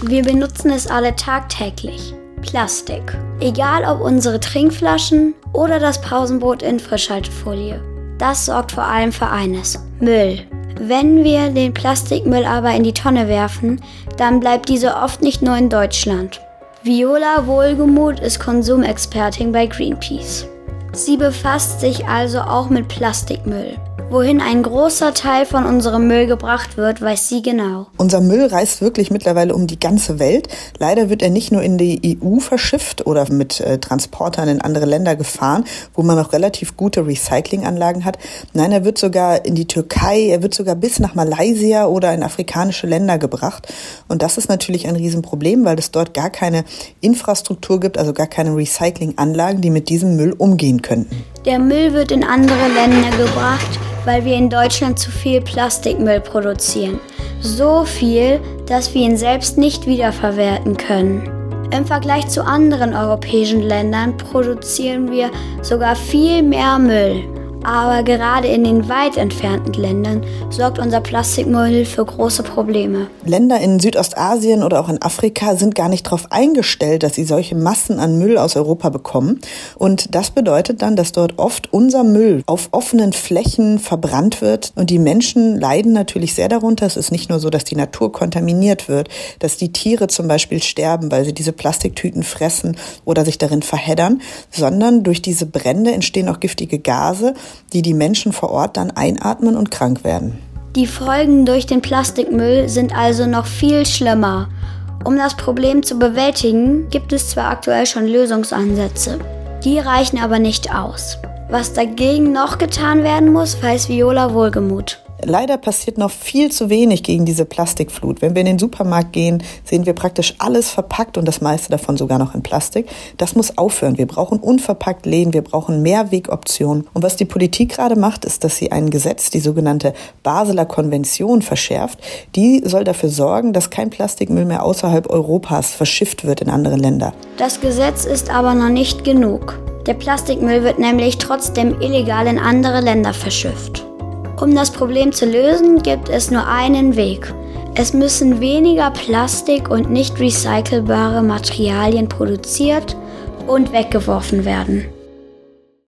Wir benutzen es alle tagtäglich. Plastik. Egal ob unsere Trinkflaschen oder das Pausenbrot in Frischhaltefolie. Das sorgt vor allem für eines: Müll. Wenn wir den Plastikmüll aber in die Tonne werfen, dann bleibt diese oft nicht nur in Deutschland. Viola Wohlgemuth ist Konsumexpertin bei Greenpeace. Sie befasst sich also auch mit Plastikmüll. Wohin ein großer Teil von unserem Müll gebracht wird, weiß sie genau. Unser Müll reist wirklich mittlerweile um die ganze Welt. Leider wird er nicht nur in die EU verschifft oder mit Transportern in andere Länder gefahren, wo man auch relativ gute Recyclinganlagen hat. Nein, er wird sogar in die Türkei, er wird sogar bis nach Malaysia oder in afrikanische Länder gebracht. Und das ist natürlich ein Riesenproblem, weil es dort gar keine Infrastruktur gibt, also gar keine Recyclinganlagen, die mit diesem Müll umgehen könnten. Der Müll wird in andere Länder gebracht, weil wir in Deutschland zu viel Plastikmüll produzieren. So viel, dass wir ihn selbst nicht wiederverwerten können. Im Vergleich zu anderen europäischen Ländern produzieren wir sogar viel mehr Müll. Aber gerade in den weit entfernten Ländern sorgt unser Plastikmüll für große Probleme. Länder in Südostasien oder auch in Afrika sind gar nicht darauf eingestellt, dass sie solche Massen an Müll aus Europa bekommen. Und das bedeutet dann, dass dort oft unser Müll auf offenen Flächen verbrannt wird. Und die Menschen leiden natürlich sehr darunter. Es ist nicht nur so, dass die Natur kontaminiert wird, dass die Tiere zum Beispiel sterben, weil sie diese Plastiktüten fressen oder sich darin verheddern, sondern durch diese Brände entstehen auch giftige Gase, die Menschen vor Ort dann einatmen und krank werden. Die Folgen durch den Plastikmüll sind also noch viel schlimmer. Um das Problem zu bewältigen, gibt es zwar aktuell schon Lösungsansätze. Die reichen aber nicht aus. Was dagegen noch getan werden muss, weiß Viola Wohlgemuth. Leider passiert noch viel zu wenig gegen diese Plastikflut. Wenn wir in den Supermarkt gehen, sehen wir praktisch alles verpackt und das meiste davon sogar noch in Plastik. Das muss aufhören. Wir brauchen unverpackt Läden, wir brauchen Mehrwegoptionen. Und was die Politik gerade macht, ist, dass sie ein Gesetz, die sogenannte Baseler Konvention, verschärft. Die soll dafür sorgen, dass kein Plastikmüll mehr außerhalb Europas verschifft wird in andere Länder. Das Gesetz ist aber noch nicht genug. Der Plastikmüll wird nämlich trotzdem illegal in andere Länder verschifft. Um das Problem zu lösen, gibt es nur einen Weg. Es müssen weniger Plastik und nicht recycelbare Materialien produziert und weggeworfen werden.